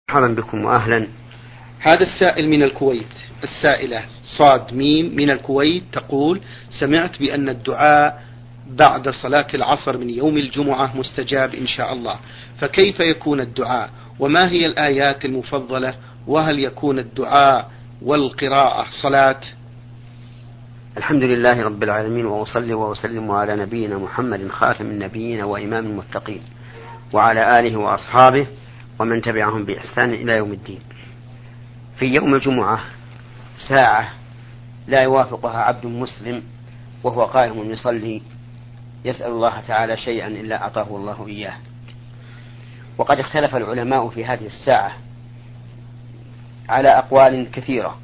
مرحبا بكم وأهلا. هذا السائل من الكويت، السائلة صاد ميم من الكويت تقول: سمعت بأن الدعاء بعد صلاة العصر من يوم الجمعة مستجاب إن شاء الله، فكيف يكون الدعاء؟ وما هي الآيات المفضلة؟ وهل يكون الدعاء والقراءة صلاة؟ الحمد لله رب العالمين، وأصلي وأسلم على نبينا محمد خاتم النبيين وإمام المتقين، وعلى آله وأصحابه ومن تبعهم بإحسان إلى يوم الدين. في يوم الجمعة ساعة لا يوافقها عبد مسلم وهو قائم يصلي يسأل الله تعالى شيئا إلا أعطاه الله إياه. وقد اختلف العلماء في هذه الساعة على أقوال كثيرة،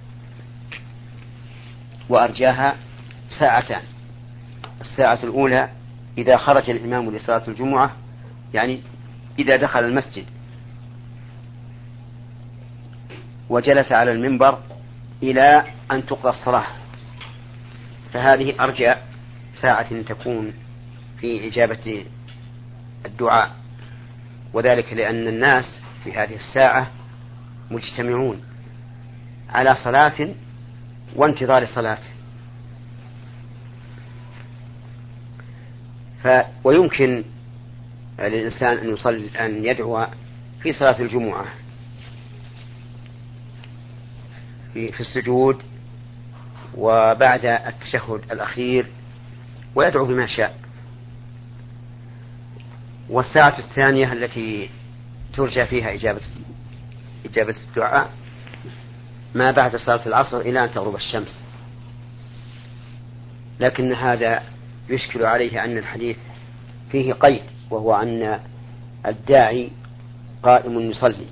وأرجاها ساعتان. الساعة الأولى إذا خرج الإمام لصلاة الجمعة، يعني إذا دخل المسجد وجلس على المنبر إلى أن تقضى الصلاة، فهذه أرجى ساعة تكون في إجابة الدعاء، وذلك لأن الناس في هذه الساعة مجتمعون على صلاة وانتظار صلاة، ويمكن للإنسان أن يصلي أن يدعو في صلاة الجمعة في السجود وبعد التشهد الأخير، ويدعو بما شاء. والساعة الثانية التي ترجى فيها إجابة الدعاء ما بعد صلاة العصر إلى أن تغرب الشمس، لكن هذا يشكل عليه أن الحديث فيه قيد، وهو أن الداعي قائم يصلي.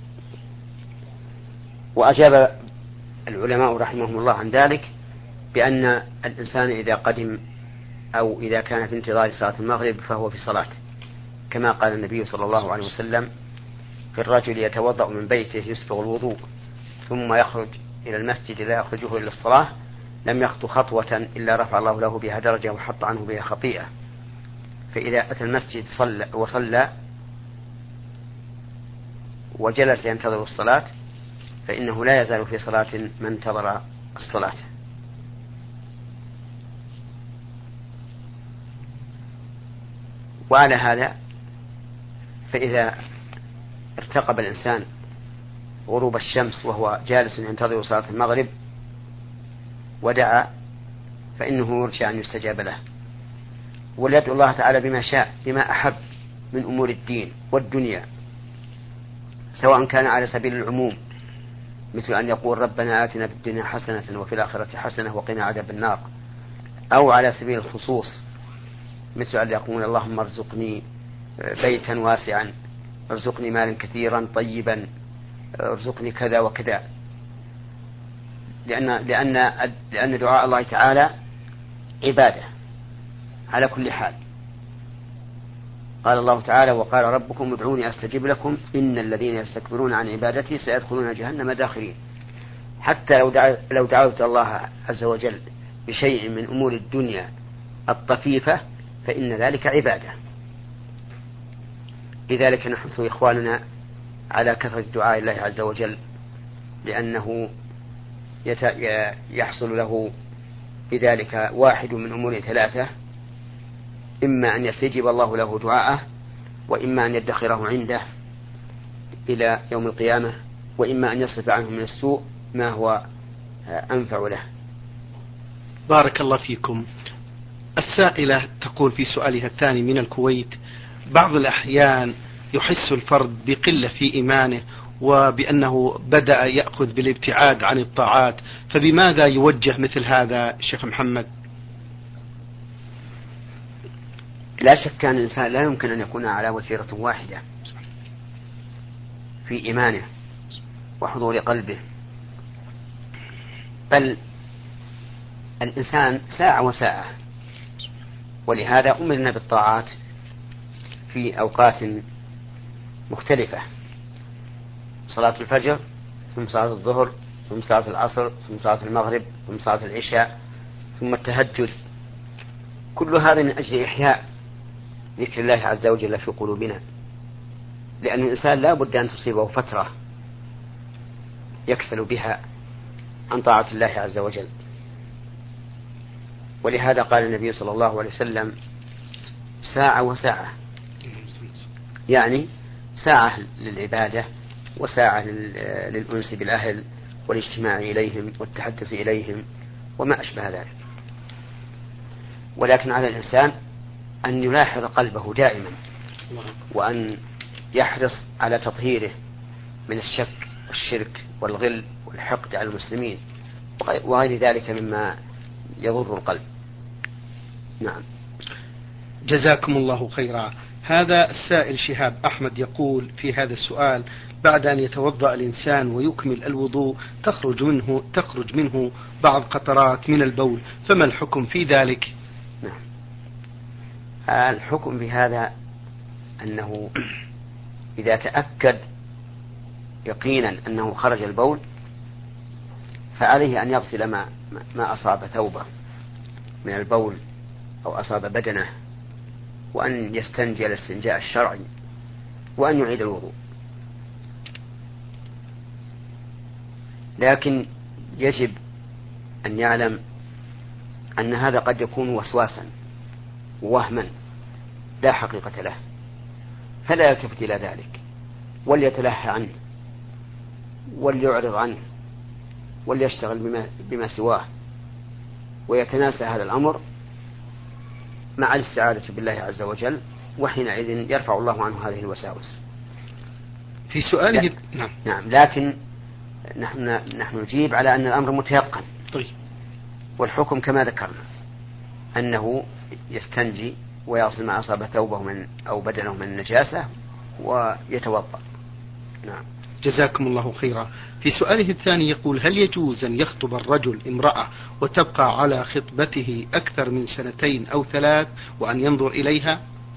وأجاب العلماء رحمهم الله عن ذلك بأن الإنسان إذا قدم أو إذا كان في انتظار صلاة المغرب فهو في صلاة، كما قال النبي صلى الله عليه وسلم في الرجل يتوضأ من بيته يسبغ الوضوء ثم يخرج إلى المسجد لا يخرجه إلى الصلاة، لم يخطو خطوة إلا رفع الله له بها درجة وحط عنه بها خطيئة. فإذا أتى المسجد وصلى وجلس ينتظر الصلاة فإنه لا يزال في صلاة من انتظر الصلاة. وعلى هذا فإذا ارتقب الإنسان غروب الشمس وهو جالس ينتظر صلاة المغرب ودعا فإنه يرجى أن يستجاب له، وليدعو الله تعالى بما شاء بما أحب من أمور الدين والدنيا، سواء كان على سبيل العموم مثل أن يقول ربنا آتنا في الدنيا حسنة وفي الآخرة حسنة وقنا عذاب النار، أو على سبيل الخصوص مثل أن يقول اللهم ارزقني بيتا واسعا، ارزقني مالا كثيرا طيبا، ارزقني كذا وكذا، لأن دعاء الله تعالى عبادة على كل حال. قال الله تعالى وقال ربكم ادعوني أستجب لكم إن الذين يستكبرون عن عبادتي سيدخلون جهنم داخرين. حتى لو دعوت الله عز وجل بشيء من أمور الدنيا الطفيفة فإن ذلك عبادة. لذلك نحث إخواننا على كثرة دعاء الله عز وجل، لأنه يحصل له بذلك واحد من أمور ثلاثة: إما أن يستجيب الله له دعاءه، وإما أن يدخره عنده إلى يوم القيامة، وإما أن يصرف عنه من السوء ما هو أنفع له. بارك الله فيكم. السائلة تقول في سؤالها الثاني من الكويت: بعض الأحيان يحس الفرد بقلة في إيمانه وبأنه بدأ يأخذ بالابتعاد عن الطاعات، فبماذا يوجه مثل هذا شيخ محمد؟ لا شك أن الإنسان لا يمكن أن يكون على وتيرة واحدة في إيمانه وحضور قلبه، بل الإنسان ساعة وساعة. ولهذا أمرنا بالطاعات في أوقات مختلفة: صلاة الفجر، ثم صلاة الظهر، ثم صلاة العصر، ثم صلاة المغرب، ثم صلاة العشاء، ثم التهجد. كل هذا من أجل إحياء ذكر الله عز وجل في قلوبنا، لأن الإنسان لا بد أن تصيبه فترة يكسل بها عن طاعة الله عز وجل. ولهذا قال النبي صلى الله عليه وسلم ساعة وساعة، يعني ساعة للعبادة وساعة للأنس بالأهل والاجتماع إليهم والتحدث إليهم وما أشبه ذلك. ولكن على الإنسان أن يلاحظ قلبه دائما، وأن يحرص على تطهيره من الشك والشرك والغل والحقد على المسلمين وغير ذلك مما يضر القلب. نعم. جزاكم الله خيرا. هذا السائل شهاب أحمد يقول في هذا السؤال: بعد أن يتوضأ الإنسان ويكمل الوضوء تخرج منه بعض قطرات من البول، فما الحكم في ذلك؟ نعم. الحكم في هذا أنه إذا تأكد يقينا أنه خرج البول فعليه أن يغسل ما أصاب ثوبه من البول أو أصاب بدنه، وأن يستنجي الاستنجاء الشرعي، وأن يعيد الوضوء. لكن يجب أن يعلم أن هذا قد يكون وسواسا ووهما لا حقيقة له، فلا يلتفت إلى ذلك، وليتلهى عنه وليعرض عنه وليشتغل بما سواه، ويتناسى هذا الأمر مع الاستعاذة بالله عز وجل، وحينئذ يرفع الله عنه هذه الوساوس. في سؤاله نعم، لكن نحن نجيب على أن الأمر متيقن. طيب. والحكم كما ذكرنا أنه يستنجي ويغسل ما أصاب ثوبه أو بدنه من النجاسة ويتوضأ. نعم. جزاكم الله خيرا. في سؤاله الثاني يقول: هل يجوز أن يخطب الرجل امرأة وتبقى على خطبته أكثر من 2 أو 3 وأن ينظر إليها؟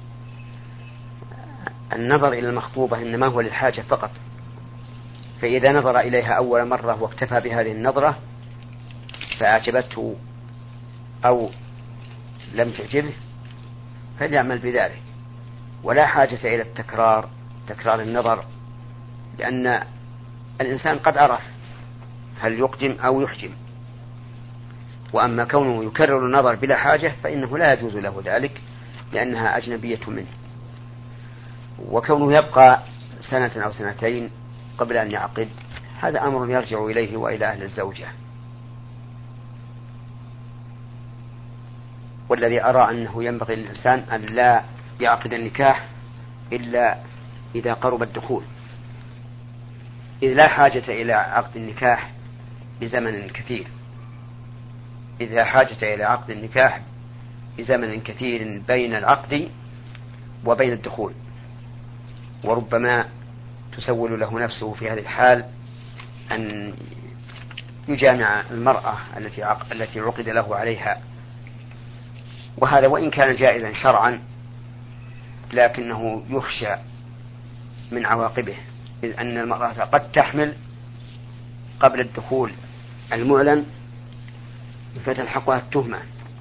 النظر إلى المخطوبة إنما هو للحاجة فقط، فإذا نظر إليها أول مرة واكتفى بهذه النظرة فأعجبته أو لم تعجبه فليعمل بذلك، ولا حاجة إلى تكرار النظر، لأن الإنسان قد عرف هل يقدم أو يحجم. وأما كونه يكرر النظر بلا حاجة فإنه لا يجوز له ذلك، لأنها أجنبية منه. وكونه يبقى 1 أو 2 قبل أن يعقد هذا أمر يرجع إليه وإلى أهل الزوجة. والذي أرى أنه ينبغي للإنسان أن لا يعقد النكاح إلا إذا قرب الدخول، إذ لا حاجة إلى عقد النكاح بزمن كثير، إذ لا حاجة إلى عقد النكاح بزمن كثير بين العقد وبين الدخول، وربما تسول له نفسه في هذه الحال أن يجامع المرأة التي عقد له عليها، وهذا وإن كان جائزا شرعا لكنه يخشى من عواقبه، إذ أن المرأة قد تحمل قبل الدخول المعلن فتلحقها التهمة.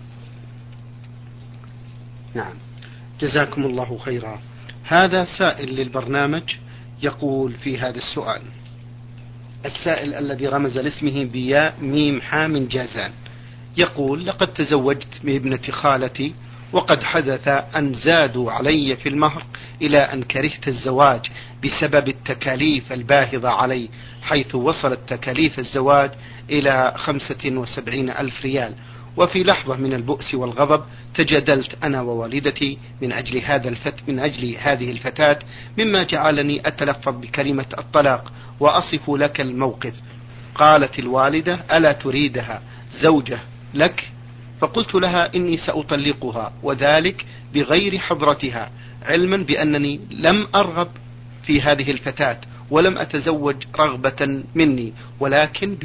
نعم. جزاكم الله خيرا. هذا سائل للبرنامج يقول في هذا السؤال: السائل الذي رمز لاسمه بياء ميم حام جازان يقول: لقد تزوجت بابنة خالتي، وقد حدث أن زادوا علي في المهر إلى أن كرهت الزواج بسبب التكاليف الباهظة علي، حيث وصلت تكاليف الزواج إلى 75,000 ريال. وفي لحظة من البؤس والغضب تجادلت أنا ووالدتي من أجل هذه الفتاة، مما جعلني أتلفظ بكلمة الطلاق. وأصف لك الموقف: قالت الوالدة: ألا تريدها زوجة لك؟ فقلت لها: إني سأطلقها، وذلك بغير حضرتها، علما بأنني لم أرغب في هذه الفتاة ولم أتزوج رغبة مني، ولكن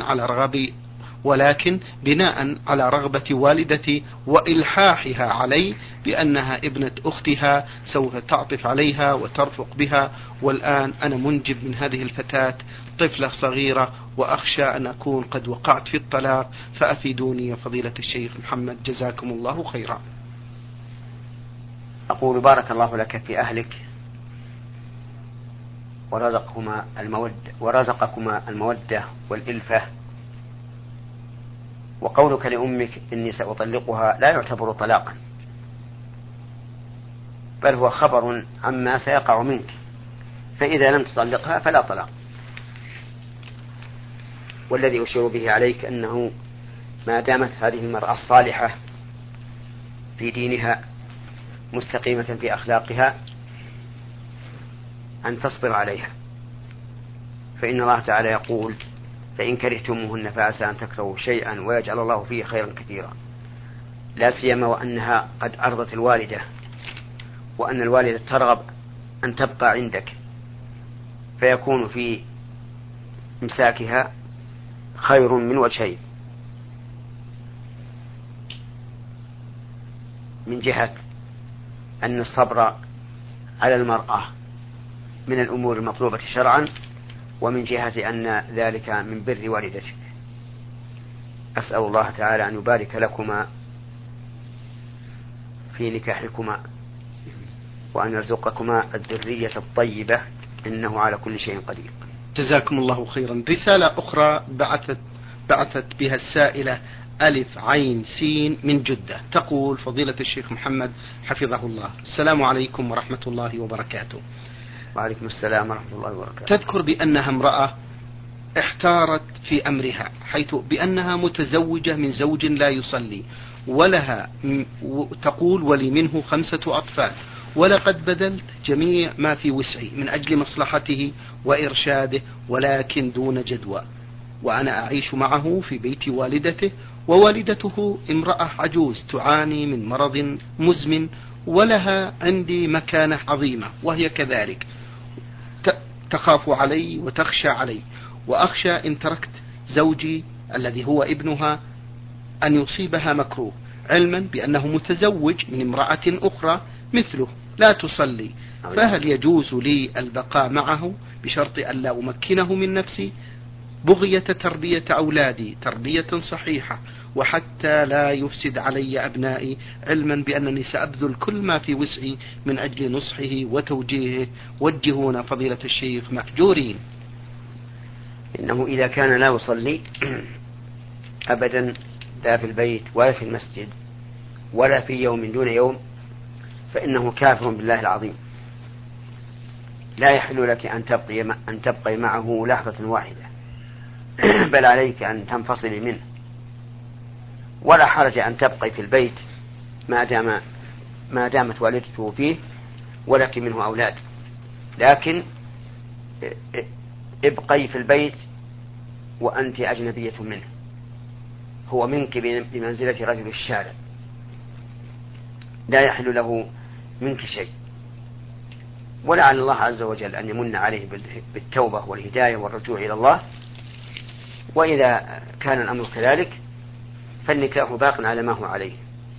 بناء على رغبة والدتي وإلحاحها علي بأنها ابنة أختها سوف تعطف عليها وترفق بها. والآن أنا منجب من هذه الفتاة طفلة صغيرة، وأخشى أن أكون قد وقعت في الطلاق، فأفيدوني يا فضيلة الشيخ محمد، جزاكم الله خيرا. أقول: بارك الله لك في أهلك، ورزقكما المودة والإلفة. وقولك لأمك إني سأطلقها لا يعتبر طلاقا، بل هو خبر عما سيقع منك، فإذا لم تطلقها فلا طلاق. والذي أشير به عليك أنه ما دامت هذه المرأة الصالحة في دينها مستقيمة في أخلاقها أن تصبر عليها، فإن الله تعالى يقول: فإن كرهتموهن فعسى أن تكرهوا شيئا ويجعل الله فيه خيرا كثيرا. لا سيما وأنها قد أرضت الوالدة، وأن الوالدة ترغب أن تبقى عندك، فيكون في إمساكها خير من وجهين: من جهة أن الصبر على المرأة من الأمور المطلوبة شرعا، ومن جهة أن ذلك من بر والدتك. أسأل الله تعالى أن يبارك لكما في نكاحكما، وأن يرزقكما الذرية الطيبة، إنه على كل شيء قدير. جزاكم الله خيرا. رسالة أخرى بعثت بها السائلة ألف عين سين من جدة، تقول: فضيلة الشيخ محمد حفظه الله، السلام عليكم ورحمة الله وبركاته. وعليكم السلام ورحمة الله وبركاته. تذكر بأنها امرأة احتارت في أمرها، حيث بأنها متزوجة من زوج لا يصلي، ولها تقول: ولي منه 5 أطفال، ولقد بذلت جميع ما في وسعي من أجل مصلحته وإرشاده، ولكن دون جدوى، وأنا أعيش معه في بيت والدته، ووالدته امرأة عجوز تعاني من مرض مزمن، ولها عندي مكانة عظيمة، وهي كذلك تخاف علي وتخشى علي، وأخشى إن تركت زوجي الذي هو ابنها أن يصيبها مكروه، علما بأنه متزوج من امرأة أخرى مثله لا تصلي، فهل يجوز لي البقاء معه بشرط أن لا أمكنه من نفسي، بغية تربية أولادي تربية صحيحة، وحتى لا يفسد علي أبنائي، علما بأنني سأبذل كل ما في وسعي من أجل نصحه وتوجيهه، وجهونا فضيلة الشيخ مأجورين. إنه إذا كان لا يصلي أبدا، لا في البيت ولا في المسجد ولا في يوم دون يوم، فإنه كافر بالله العظيم، لا يحل لك أن تبقي معه لحظة واحدة، بل عليك أن تنفصلي منه. ولا حرج أن تبقي في البيت ما دامت والدته فيه ولك منه أولاد، لكن ابقي في البيت وأنت أجنبية منه، هو منك بمنزلة رجل الشارع، لا يحل له منك شيء. ولعل الله عز وجل أن يمن عليه بالتوبة والهداية والرجوع إلى الله، وإذا كان الأمر كذلك فالنكاح باق على ما هو عليه.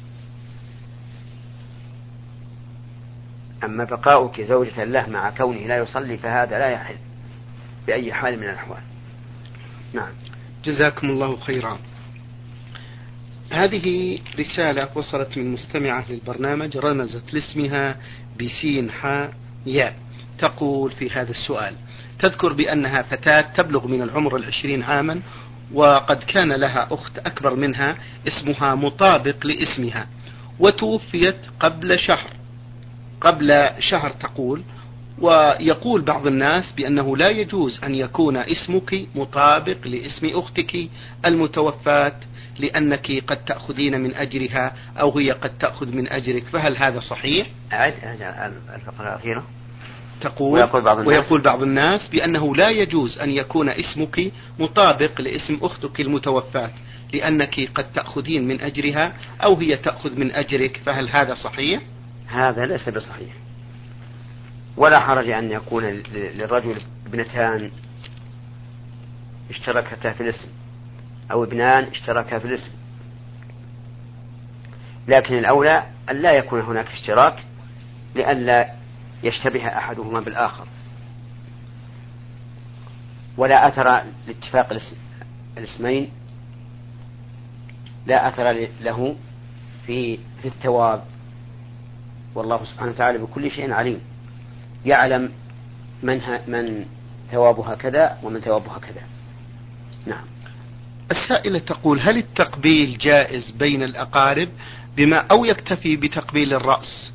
أما بقاؤك زوجة له مع كونه لا يصلي فهذا لا يحل بأي حال من الأحوال. نعم. جزاكم الله خيرا. هذه رسالة وصلت من مستمعة للبرنامج، رمزت لاسمها بسين حاء ياء، تقول في هذا السؤال: تذكر بأنها فتاة تبلغ من العمر 20 عاما، وقد كان لها أخت أكبر منها اسمها مطابق لاسمها، وتوفيت قبل شهر تقول. ويقول بعض الناس بأنه لا يجوز أن يكون اسمك مطابق لاسم أختك المتوفاة، لأنك قد تأخذين من أجرها أو هي قد تأخذ من أجرك، فهل هذا صحيح؟ أعد الفقرة الأخيرة. تقول: ويقول بعض الناس بأنه لا يجوز أن يكون اسمك مطابق لاسم أختك المتوفاة، لأنك قد تأخذين من أجرها أو هي تأخذ من أجرك، فهل هذا صحيح؟ هذا ليس بصحيح، ولا حرج أن يكون للرجل ابنتان اشتركتا في الاسم أو ابنان اشتركا في الاسم، لكن الأولى أن لا يكون هناك اشتراك لئلا يشتبه أحدهما بالآخر. ولا أثر لاتفاق الاسمين، لا أثر له في الثواب، والله سبحانه وتعالى بكل شيء عليم، يعلم من ثوابها كذا ومن ثوابها كذا. نعم. السائلة تقول: هل التقبيل جائز بين الأقارب أو يكتفي بتقبيل الرأس؟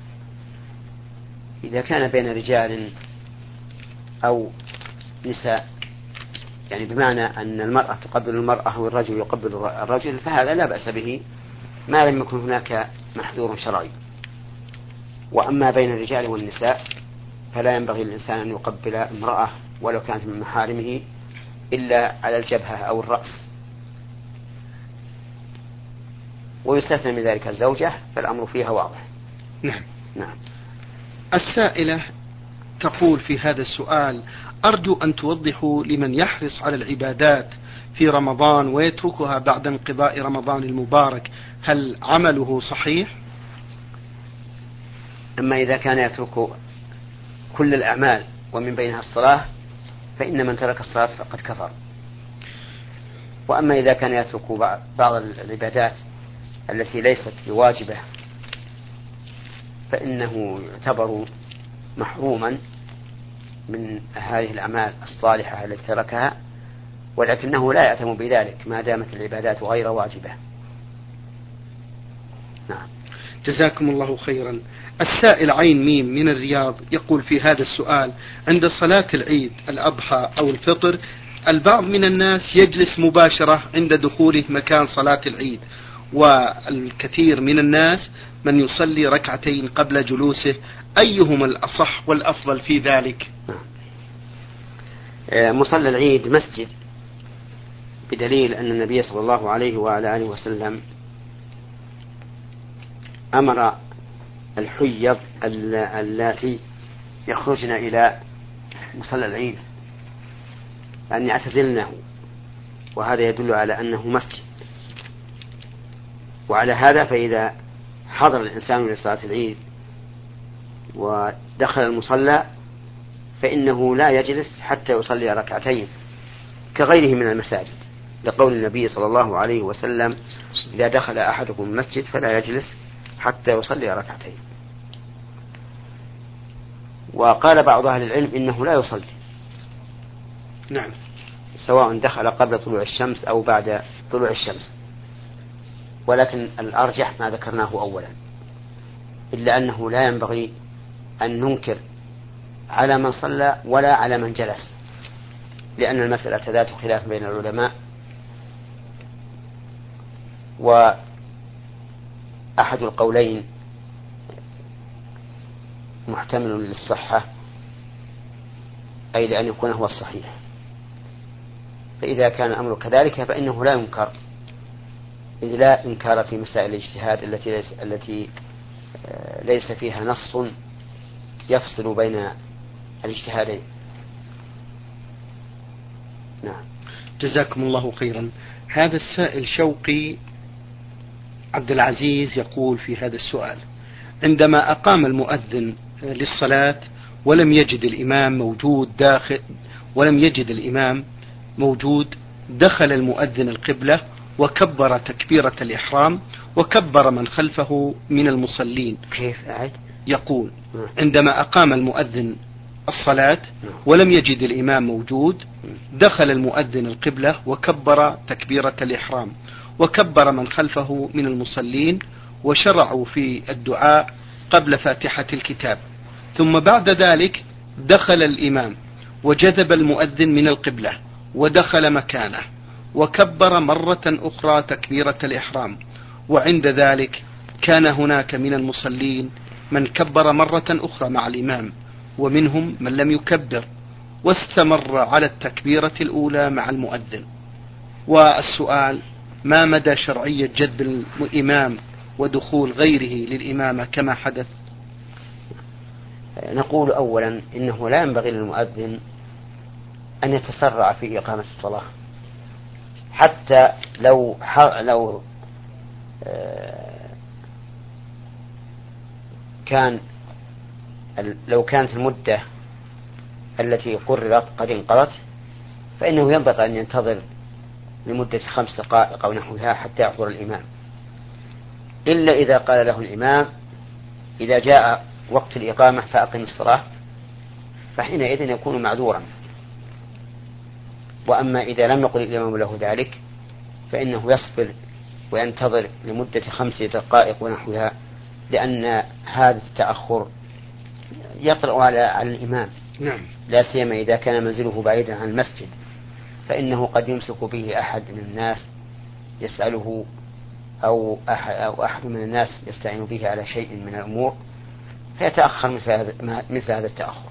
إذا كان بين رجال أو نساء، يعني بمعنى أن المرأة تقبل المرأة والرجل يقبل الرجل، فهذا لا بأس به ما لم يكن هناك محذور شرعي. وأما بين الرجال والنساء فلا ينبغي للإنسان أن يقبل امرأة ولو كانت من محارمه إلا على الجبهة أو الرأس، ويستثنى من ذلك الزوجة، فالأمر فيها واضح. نعم. نعم. السائلة تقول في هذا السؤال: أرجو أن توضحوا لمن يحرص على العبادات في رمضان ويتركها بعد انقضاء رمضان المبارك، هل عمله صحيح؟ أما إذا كان يترك كل الأعمال ومن بينها الصلاة فإن من ترك الصلاة فقد كفر. وأما إذا كان يترك بعض العبادات التي ليست بواجبة فإنه يعتبر محروما من هذه الأعمال الصالحة التي تركها، ولكنه لا يأثم بذلك ما دامت العبادات غير واجبة. نعم. جزاكم الله خيرا. السائل عين ميم من الرياض يقول في هذا السؤال: عند صلاة العيد الأضحى أو الفطر البعض من الناس يجلس مباشرة عند دخوله مكان صلاة العيد، والكثير من الناس من يصلي ركعتين قبل جلوسه، أيهما الأصح والأفضل في ذلك؟ مصلى العيد مسجد، بدليل أن النبي صلى الله عليه وعلى آله وسلم أمر الحيض اللاتي يخرجن إلى مصلى العيد أن يعتزلنه، وهذا يدل على أنه مسجد. وعلى هذا فإذا حضر الإنسان لصلاة العيد ودخل المصلى فإنه لا يجلس حتى يصلي ركعتين كغيره من المساجد، لقول النبي صلى الله عليه وسلم: إذا دخل أحدكم المسجد فلا يجلس حتى يصلي ركعتين. وقال بعض أهل العلم إنه لا يصلي، نعم، سواء دخل قبل طلوع الشمس أو بعد طلوع الشمس، ولكن الأرجح ما ذكرناه أولا، إلا أنه لا ينبغي أن ننكر على من صلى ولا على من جلس، لأن المسألة ذات خلاف بين العلماء، وأحد القولين محتمل للصحة، أي لأن يكون هو الصحيح. فإذا كان الأمر كذلك فإنه لا ينكر، إذ لا إنكار في مسائل الاجتهاد التي ليس فيها نص يفصل بين الاجتهادين. نعم. جزاكم الله خيرا. هذا السائل شوقي عبد العزيز يقول في هذا السؤال: عندما أقام المؤذن للصلاة ولم يجد الإمام موجود دخل المؤذن القبلة وكبر تكبيرة الإحرام وكبر من خلفه من المصلين. كيف أعد؟ يقول: عندما أقام المؤذن الصلاة ولم يجد الإمام موجود دخل المؤذن القبلة وكبر تكبيرة الإحرام وكبر من خلفه من المصلين، وشرعوا في الدعاء قبل فاتحة الكتاب، ثم بعد ذلك دخل الإمام وجذب المؤذن من القبلة ودخل مكانه وكبر مرة أخرى تكبيرة الإحرام، وعند ذلك كان هناك من المصلين من كبر مرة أخرى مع الإمام ومنهم من لم يكبر واستمر على التكبيرة الأولى مع المؤذن. والسؤال: ما مدى شرعية جذب الإمام ودخول غيره للإمامة كما حدث؟ نقول أولا إنه لا ينبغي للمؤذن أن يتسرع في إقامة الصلاة، حتى لو كانت المدة التي قررت قد انقضت، فإنه ينبغي أن ينتظر لمدة 5 دقائق أو نحوها حتى يحضر الإمام، إلا إذا قال له الإمام: إذا جاء وقت الإقامة فأقم الصلاة، فحينئذ يكون معذورا. وأما إذا لم يقل الإمام له ذلك فإنه يصبر وينتظر لمدة 5 دقائق ونحوها، لأن هذا التأخر يطرأ على الإمام. نعم. لا سيما إذا كان منزله بعيدا عن المسجد، فإنه قد يمسك به أحد من الناس يسأله أو أحد من الناس يستعين به على شيء من الأمور، فيتأخر مثل هذا التأخر.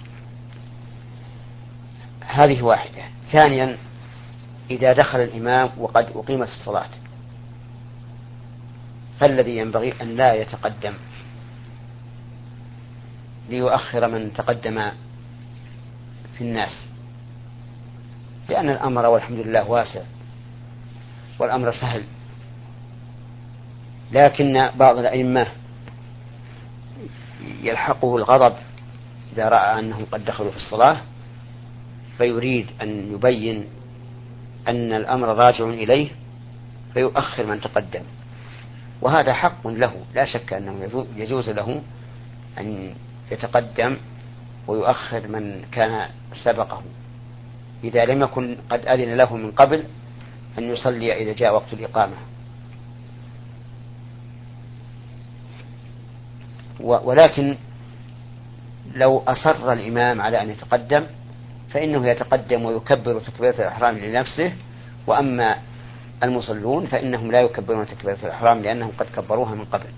هذه واحدة. ثانيا، إذا دخل الإمام وقد أقيمت الصلاة فالذي ينبغي أن لا يتقدم ليؤخر من تقدم في الناس، لأن الأمر والحمد لله واسع والأمر سهل. لكن بعض الأئمة يلحقه الغضب إذا رأى أنهم قد دخلوا في الصلاة، فيريد أن يبين أن الأمر راجع إليه فيؤخر من تقدم، وهذا حق له، لا شك أنه يجوز له أن يتقدم ويؤخر من كان سبقه إذا لم يكن قد أذن له من قبل أن يصلي إذا جاء وقت الإقامة. ولكن لو أصر الإمام على أن يتقدم فإنه يتقدم ويكبر تكبيرة الإحرام لنفسه، وأما المصلون فإنهم لا يكبرون تكبيرة الإحرام لأنهم قد كبروها من قبل.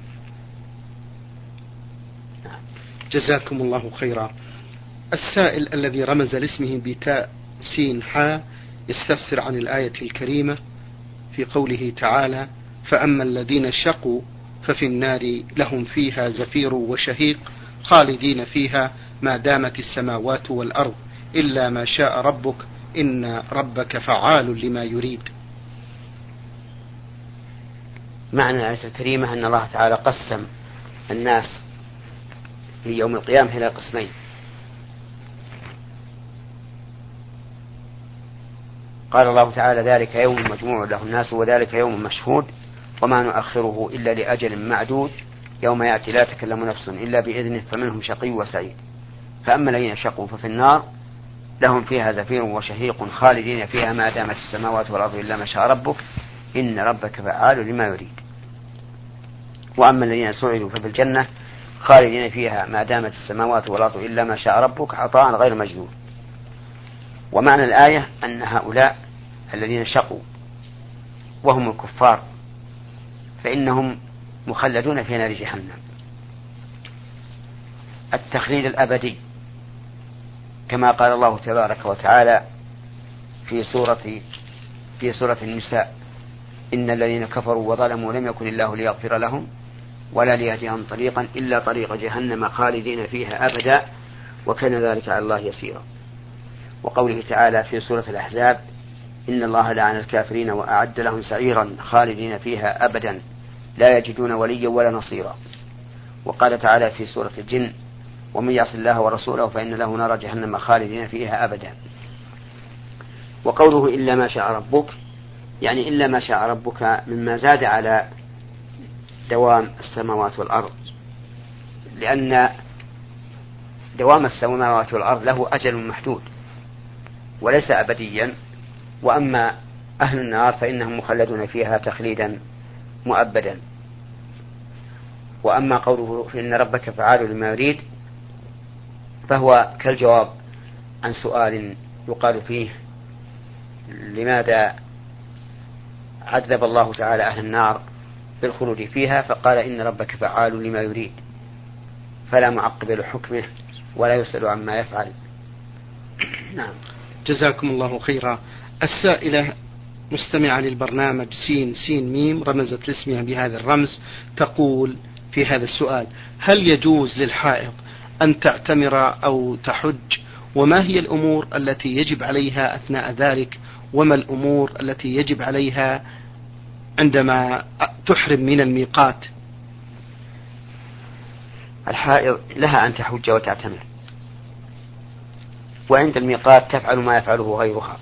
جزاكم الله خيرا. السائل الذي رمز لاسمه بتاء سين حاء يستفسر عن الآية الكريمة في قوله تعالى: فأما الذين شقوا ففي النار لهم فيها زفير وشهيق خالدين فيها ما دامت السماوات والأرض إلا ما شاء ربك إن ربك فعال لما يريد. معنى الآية الكريمة أن الله تعالى قسم الناس في يوم القيامة إلى قسمين: قال الله تعالى: ذلك يوم مجموع له الناس وذلك يوم مشهود وما نؤخره إلا لأجل معدود يوم يأتي لا تكلم نفس إلا بإذنه فمنهم شقي وسعيد. فأما الذين شقوا ففي النار لهم فيها زفير وشهيق خالدين فيها ما دامت السماوات والأرض إلا ما شاء ربك إن ربك فعال لما يريد. وأما الذين سعدوا ففي الجنة خالدين فيها ما دامت السماوات والأرض إلا ما شاء ربك عطاء غير مجدود. ومعنى الآية أن هؤلاء الذين شقوا وهم الكفار فإنهم مخلدون في نار جهنم التخليد الأبدي، كما قال الله تبارك وتعالى في سورة النساء: إن الذين كفروا وظلموا لم يكن الله ليغفر لهم ولا ليهديهم طريقا إلا طريق جهنم خالدين فيها أبدا وكان ذلك على الله يسيرا. وقوله تعالى في سورة الأحزاب: إن الله لعن الكافرين وأعد لهم سعيرا خالدين فيها أبدا لا يجدون وليا ولا نصيرا. وقال تعالى في سورة الجن: ومن يعص الله ورسوله فإن له نار جهنم خالدين فيها أبدا. وقوله إلا ما شاء ربك يعني إلا ما شاء ربك مما زاد على دوام السماوات والأرض، لأن دوام السماوات والأرض له أجل محدود وليس أبديا. وأما أهل النار فإنهم مخلدون فيها تخليدا مؤبدا. وأما قوله فإن ربك فعال لما يريد فهو كالجواب عن سؤال يقال فيه: لماذا عذب الله تعالى أهل النار بالخلود فيها؟ فقال: إن ربك فعال لما يريد، فلا معقب لحكمه ولا يسأل عما يفعل. نعم. جزاكم الله خيرا. السائلة مستمعة للبرنامج سين سين ميم رمزت لاسمها بهذا الرمز تقول في هذا السؤال: هل يجوز للحائض أن تعتمر أو تحج؟ وما هي الأمور التي يجب عليها أثناء ذلك؟ وما الأمور التي يجب عليها عندما تحرم من الميقات؟ الحائض لها أن تحج وتعتمر، وعند الميقات تفعل ما يفعله غيرها: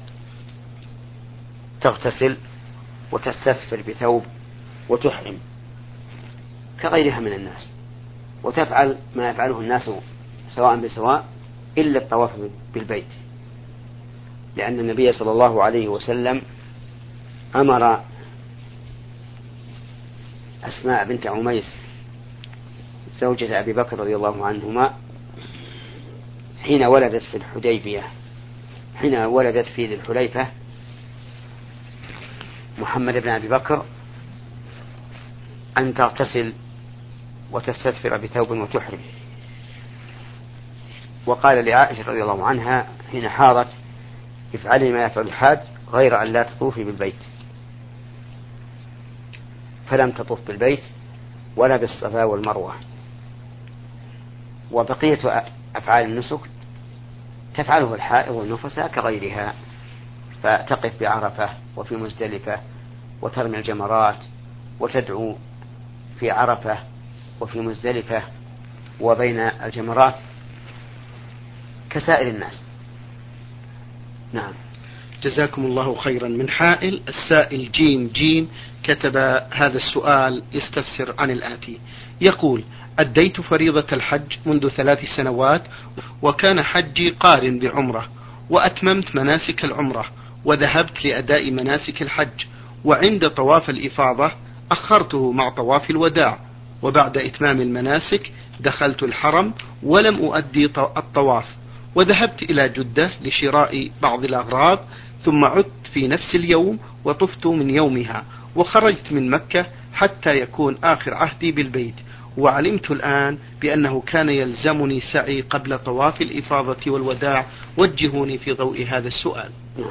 تغتسل وتستثفر بثوب وتحرم كغيرها من الناس، وتفعل ما يفعله الناس سواء بسواء إلا الطواف بالبيت، لأن النبي صلى الله عليه وسلم أمر أسماء بنت عميس زوجة أبي بكر رضي الله عنهما حين ولدت في الحديبية، حين ولدت في ذي الحليفة محمد بن أبي بكر، أن تغتسل وتستثفر بثوب وتحرم. وقال لعائشة رضي الله عنها حين حاضت: افعلي ما يفعل الحاج غير أن لا تطوفي بالبيت. فلم تطوف بالبيت ولا بالصفا والمروة. وبقية أفعال النسك تفعله الحائض والنفساء كغيرها، فتقف بعرفة وفي مزدلفة وترمي الجمرات وتدعو في عرفة وفي مزدلفة وبين الجمرات كسائر الناس. نعم. جزاكم الله خيرا. من حائل السائل جيم جيم كتب هذا السؤال يستفسر عن الآتي، يقول: أديت فريضة الحج منذ 3 سنوات، وكان حجي قارن بعمرة، وأتممت مناسك العمرة وذهبت لأداء مناسك الحج، وعند طواف الإفاضة أخرته مع طواف الوداع، وبعد إتمام المناسك دخلت الحرم ولم أؤدي الطواف، وذهبت إلى جدة لشراء بعض الأغراض، ثم عدت في نفس اليوم وطفت من يومها، وخرجت من مكة حتى يكون آخر عهدي بالبيت، وعلمت الآن بأنه كان يلزمني سعي قبل طواف الإفاضة والوداع، وجهوني في ضوء هذا السؤال.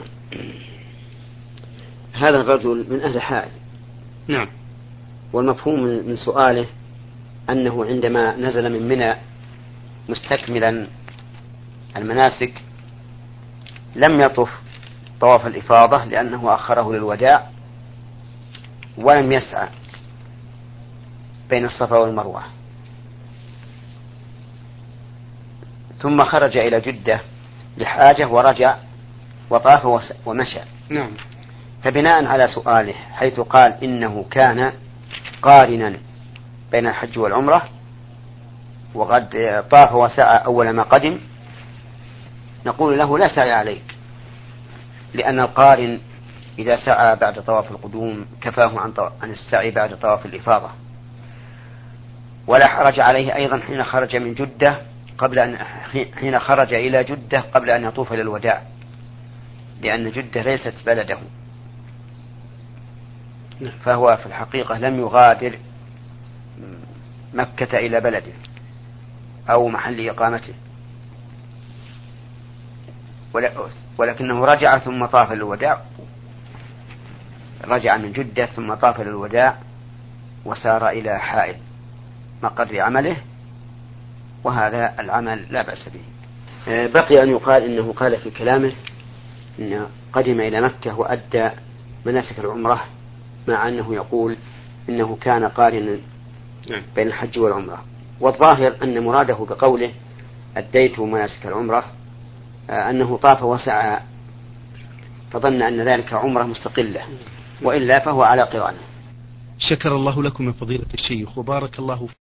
هذا الرجل من أهل حائل. نعم. والمفهوم من سؤاله أنه عندما نزل من منى مستكملا المناسك لم يطف طواف الإفاضة لأنه أخره للوداع، ولم يسعى بين الصفا والمروة، ثم خرج إلى جدة لحاجة ورجع وطاف ومشى. نعم. فبناء على سؤاله حيث قال إنه كان قارنا بين الحج والعمرة وقد طاف وسعى أول ما قدم، نقول له لا سعي عليك، لأن القارن إذا سعى بعد طواف القدوم كفاه عن السعي بعد طواف الإفاضة. ولا حرج عليه أيضا حين خرج من جدة حين خرج إلى جدة قبل أن يطوف للوداع، لأن جدة ليست بلده، فهو في الحقيقة لم يغادر مكة إلى بلده أو محل إقامته، ولكنه رجع ثم طاف للوداع، رجع من جدة ثم طاف للوداع وسار إلى حائل مقر عمله، وهذا العمل لا بأس به. بقي أن يقال إنه قال في كلامه إنه قدم إلى مكة وأدى مناسك العمرة، مع أنه يقول إنه كان قارنا بين الحج والعمرة. والظاهر أن مراده بقوله أديت مناسك العمرة أنه طاف وسعى، فظن أن ذلك عمرة مستقلة، وإلا فهو على قرانه. شكر الله لكم من فضيلة الشيخ وبارك الله